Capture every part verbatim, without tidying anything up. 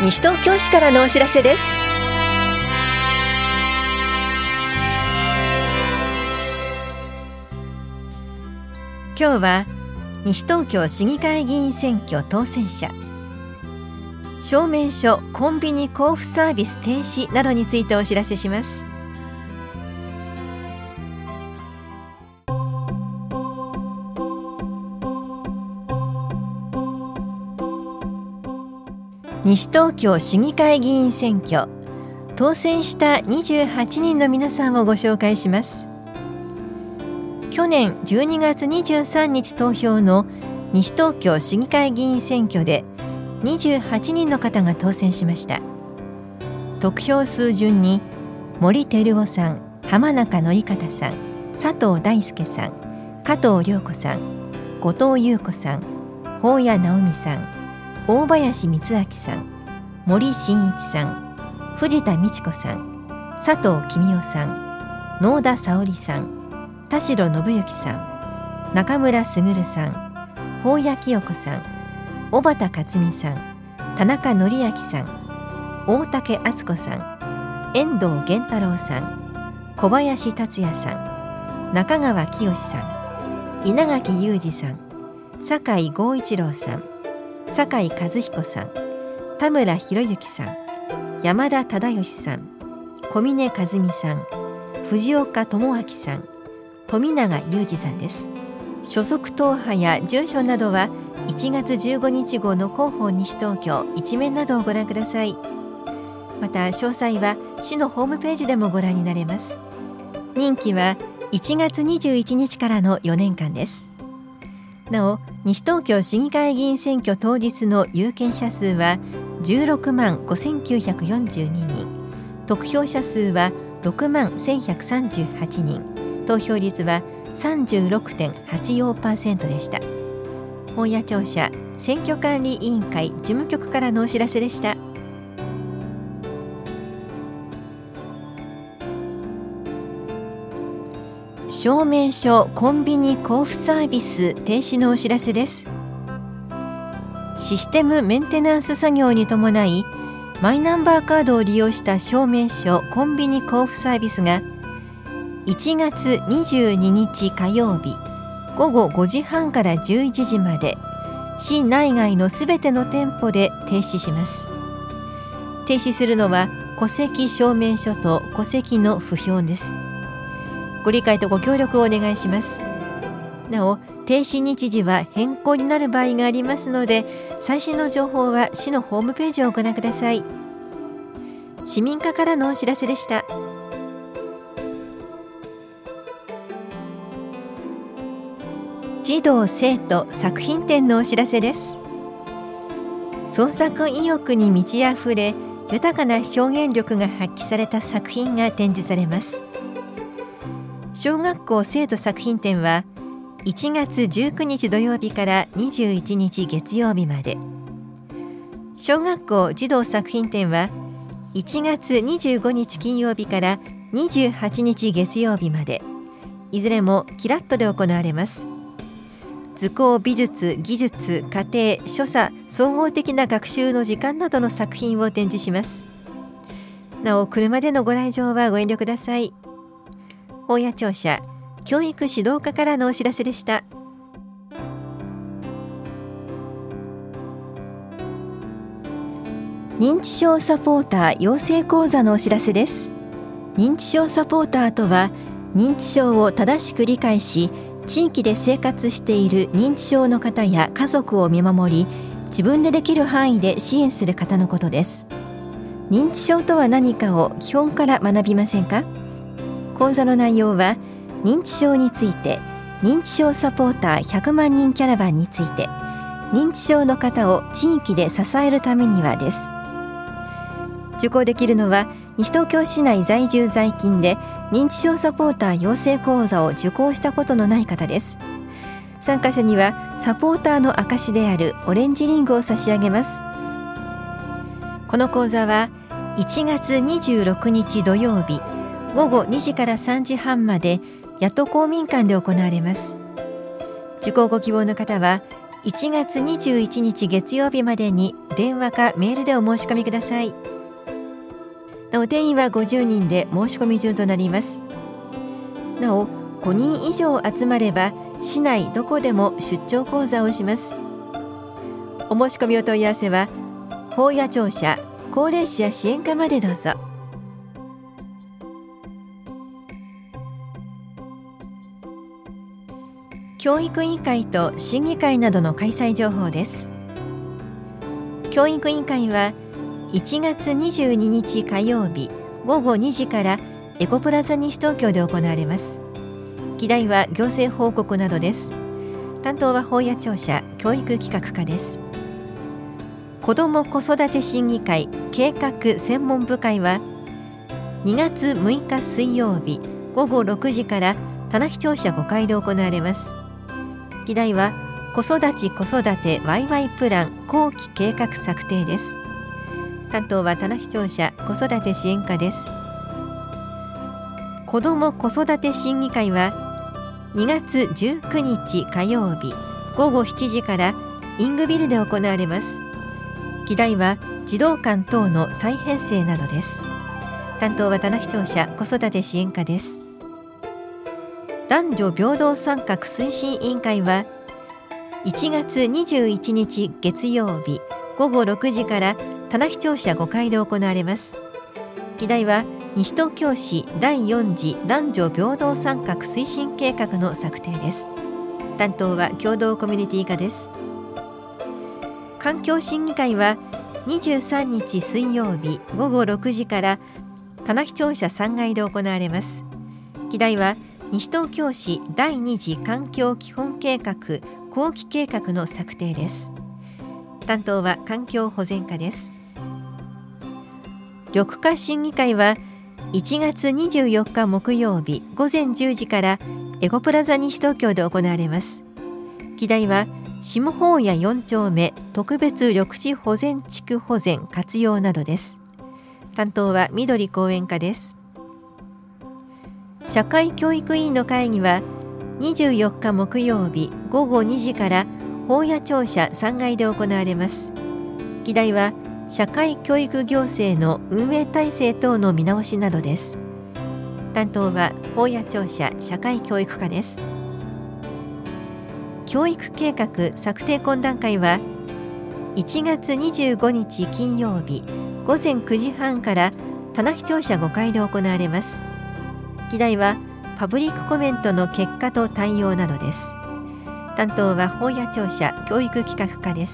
西東京市からのお知らせです。今日は西東京市議会議員選挙当選者、証明書コンビニ交付サービス停止などについてお知らせします。西東京市議会議員選挙、当選したにじゅうはちにんの皆さんをご紹介します。去年じゅうにがつにじゅうさんにち投票の西東京市議会議員選挙でにじゅうはちにんの方が当選しました。得票数順に森照夫さん、浜中典方さん、佐藤大輔さん、加藤涼子さん、後藤優子さん、保谷直美さん、大林光明さん、森進一さん、藤田美智子さん、佐藤公夫さん、能田沙織さん、田代信之さん、中村卓さん、保谷清子さん、小畑克美さん、田中則明さん、大竹敦子さん、遠藤源太郎さん、小林達也さん、中川清さん、稲垣裕二さん、酒井剛一郎さん、酒井和彦さん、田村博之さん、山田忠義さん、小峰和美さん、藤岡智明さん、富永裕二さんです。所属党派や住所などはいちがつじゅうごにち号の広報西東京一面などをご覧ください。また詳細は市のホームページでもご覧になれます。任期はいちがつにじゅういちにちからのよねんかんです。なお、西東京市議会議員選挙当日の有権者数はじゅうろくまんごせんきゅうひゃくよんじゅうににん、得票者数はろくまんせんひゃくさんじゅうはちにん、投票率は さんじゅうろくてんはちよんパーセント でした。本屋庁舎選挙管理委員会事務局からのお知らせでした。証明書コンビニ交付サービス停止のお知らせです。システムメンテナンス作業に伴い、マイナンバーカードを利用した証明書コンビニ交付サービスがいちがつにじゅうににち火曜日ごごごじはんからじゅういちじまで市内外のすべての店舗で停止します。停止するのは戸籍証明書と戸籍の不評です。ご理解とご協力をお願いします。なお、停止日時は変更になる場合がありますので、最新の情報は市のホームページをご覧ください。市民課からのお知らせでした。児童生徒作品展のお知らせです。創作意欲に満ち溢れ、豊かな表現力が発揮された作品が展示されます。小学校生徒作品展はいちがつじゅうくにち土曜日からにじゅういちにち月曜日まで、小学校児童作品展はいちがつにじゅうごにち金曜日からにじゅうはちにち月曜日まで、いずれもキラットで行われます。図工、美術、技術、家庭、所作、総合的な学習の時間などの作品を展示します。なお、車でのご来場はご遠慮ください。本屋庁舎教育指導課からのお知らせでした。認知症サポーター養成講座のお知らせです。認知症サポーターとは、認知症を正しく理解し、地域で生活している認知症の方や家族を見守り、自分でできる範囲で支援する方のことです。認知症とは何かを基本から学びませんか？講座の内容は、認知症について、認知症サポーターひゃくまんにんキャラバンについて、認知症の方を地域で支えるためにはです。受講できるのは、西東京市内在住在勤で認知症サポーター養成講座を受講したことのない方です。参加者にはサポーターの証であるオレンジリングを差し上げます。この講座はいちがつにじゅうろくにち土曜日ごごにじからさんじはんまで八戸公民館で行われます。受講ご希望の方はいちがつにじゅういちにち月曜日までに電話かメールでお申し込みください。なお定員はごじゅうにんで申し込み順となります。なおごにん以上集まれば市内どこでも出張講座をします。お申し込みお問い合わせは保谷庁舎高齢者支援課までどうぞ。教育委員会と審議会などの開催情報です。教育委員会はいちがつにじゅうににち火曜日ごごにじからエコプラザ西東京で行われます。議題は行政報告などです。担当は保谷庁舎教育企画課です。子ども子育て審議会計画専門部会はにがつむいか水曜日ごごろくじから棚視庁舎ごかいで行われます。議題は子育ち子育てワイワイプラン後期計画策定です。担当は棚視庁舎子育て支援課です。子ども子育て審議会はにがつじゅうくにち火曜日ごごしちじからイングビルで行われます。議題は児童館等の再編成などです。担当は棚視庁舎子育て支援課です。男女平等参画推進委員会はいちがつにじゅういちにち月曜日ごごろくじから棚視庁舎ごかいで行われます。議題は西東京市だいよん次男女平等参画推進計画の策定です。担当は共同コミュニティ課です。環境審議会はにじゅうさんにち水曜日ごごろくじから棚視庁舎さんがいで行われます。議題は西東京市だいに次環境基本計画後期計画の策定です。担当は環境保全課です。緑化審議会はいちがつにじゅうよっか木曜日ごぜんじゅうじからエコプラザ西東京で行われます。議題は下保谷よん丁目特別緑地保全地区保全活用などです。担当は緑公園課です。社会教育委員の会議はにじゅうよっか木曜日ごごにじから保谷庁舎さんがいで行われます。議題は社会教育行政の運営体制等の見直しなどです。担当は保谷庁舎社会教育課です。教育計画策定懇談会はいちがつにじゅうごにち金曜日ごぜんくじはんから棚視庁舎ごかいで行われます。議題はパブリックコメントの結果と対応などです。担当は保谷庁舎教育企画課です。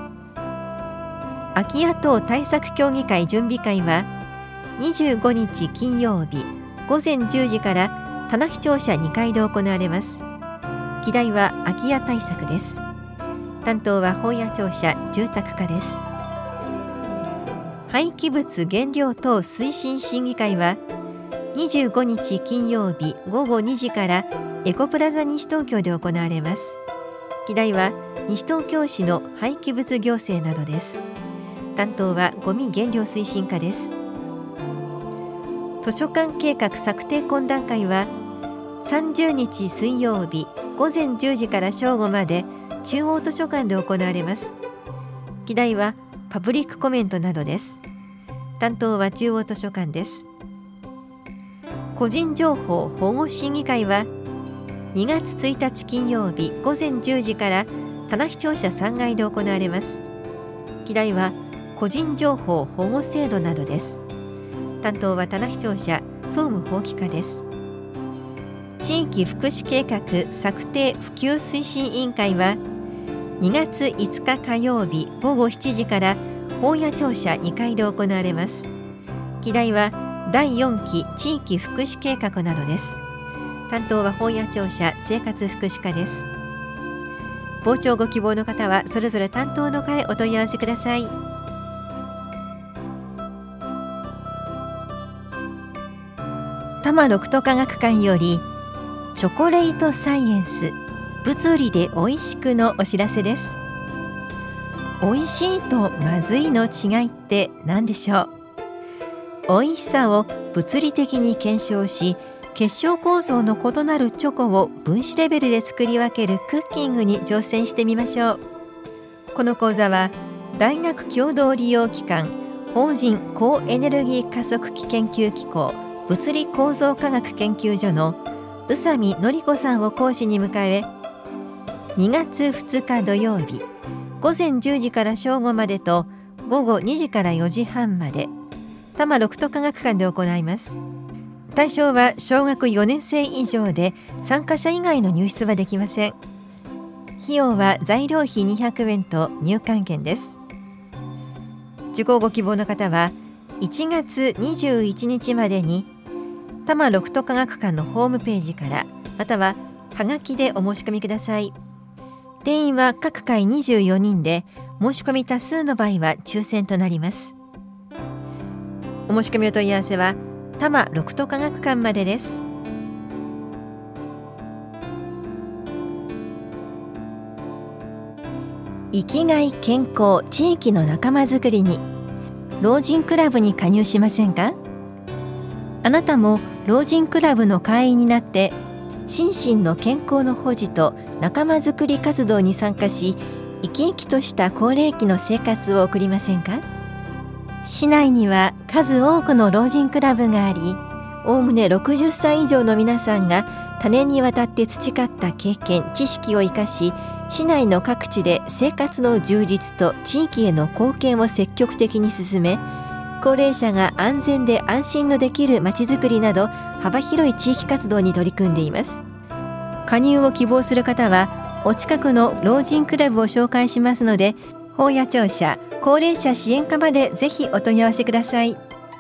空き家等対策協議会準備会はにじゅうごにち金曜日ごぜんじゅうじから棚視庁舎にかいで行われます。議題は空き家対策です。担当は保谷庁舎住宅課です。廃棄物原料等推進審議会はにじゅうごにち金曜日ごごにじからエコプラザ西東京で行われます。議題は西東京市の廃棄物行政などです。担当はゴミ減量推進課です。図書館計画策定懇談会はさんじゅうにち水曜日ごぜんじゅうじから正午まで中央図書館で行われます。議題はパブリックコメントなどです。担当は中央図書館です。個人情報保護審議会はにがつついたち金曜日ごぜんじゅうじから棚視庁舎さんがいで行われます。議題は個人情報保護制度などです。担当は棚視庁舎総務法規課です。地域福祉計画策定普及推進委員会はにがついつか火曜日ごごしちじから保谷庁舎にかいで行われます。議題はだいよんき地域福祉計画などです。担当は保谷庁舎生活福祉課です。傍聴ご希望の方はそれぞれ担当の課へお問い合わせください。多摩六都科学館よりチョコレートサイエンス物理でおいしくのお知らせです。おいしいとまずいの違いって何でしょう。おいしさを物理的に検証し結晶構造の異なるチョコを分子レベルで作り分けるクッキングに挑戦してみましょう。この講座は大学共同利用機関法人高エネルギー加速器研究機構物理構造科学研究所の宇佐美典子さんを講師に迎え、にがつふつか土曜日ごぜんじゅうじから正午までとごごにじからよじはんまで多摩六都科学館で行います。対象は小学よねん生以上で参加者以外の入室はできません。費用は材料費にひゃくえんと入館券です。受講ご希望の方はいちがつにじゅういちにちまでに多摩六都科学館のホームページからまたははがきでお申し込みください。定員は各回にじゅうよにんで申し込み多数の場合は抽選となります。お申し込みお問い合わせは多摩六都科学館までです。生きがい健康地域の仲間づくりに老人クラブに加入しませんか？あなたも老人クラブの会員になって心身の健康の保持と仲間づくり活動に参加し、生き生きとした高齢期の生活を送りませんか？市内には数多くの老人クラブがあり、おおむねろくじゅっさい以上の皆さんが多年にわたって培った経験知識を生かし、市内の各地で生活の充実と地域への貢献を積極的に進め、高齢者が安全で安心のできるまちづくりなど幅広い地域活動に取り組んでいます。加入を希望する方はお近くの老人クラブを紹介しますので、法や庁舎高齢者支援課までぜひお問い合わせください。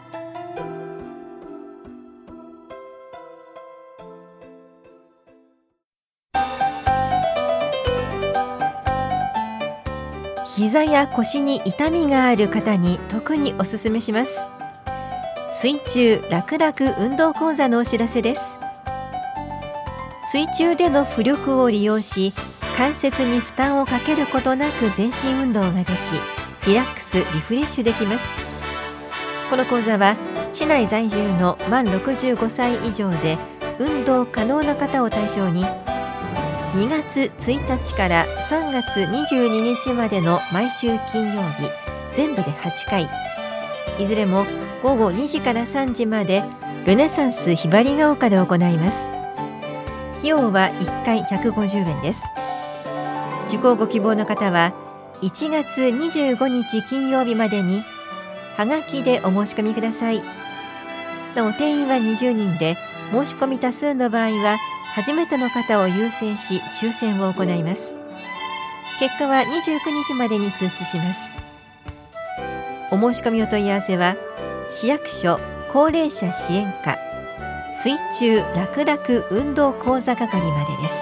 膝や腰に痛みがある方に特におすすめします。水中楽々運動講座のお知らせです。水中での浮力を利用し、関節に負担をかけることなく全身運動ができ、リラックスリフレッシュできます。この講座は市内在住の満ろくじゅうごさい以上で運動可能な方を対象に、にがつついたちからさんがつにじゅうににちまでの毎週金曜日全部ではちかい、いずれもごごにじからさんじまでルネサンスひばりが丘で行います。費用はいっかいひゃくごじゅうえんです。受講ご希望の方はいちがつにじゅうごにち金曜日までにはがきでお申し込みください。なお定員はにじゅうにんで、申し込み多数の場合は初めての方を優先し抽選を行います。結果はにじゅうくにちまでに通知します。お申し込みお問い合わせは市役所高齢者支援課水中楽々運動講座係までです。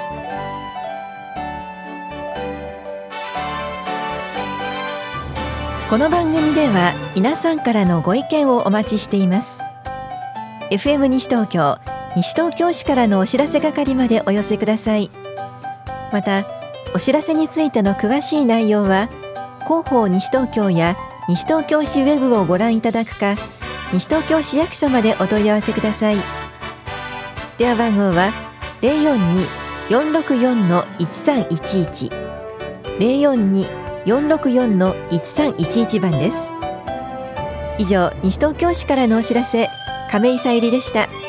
この番組では皆さんからのご意見をお待ちしています。 エフエム 西東京西東京市からのお知らせ係までお寄せください。またお知らせについての詳しい内容は広報西東京や西東京市ウェブをご覧いただくか、西東京市役所までお問い合わせください。電話番号は ゼロよんに よんろくよん いちさんいちいち ゼロよんに よんろくよん いちさんいちいち番です。以上、西東京市からのお知らせ、亀井さゆりでした。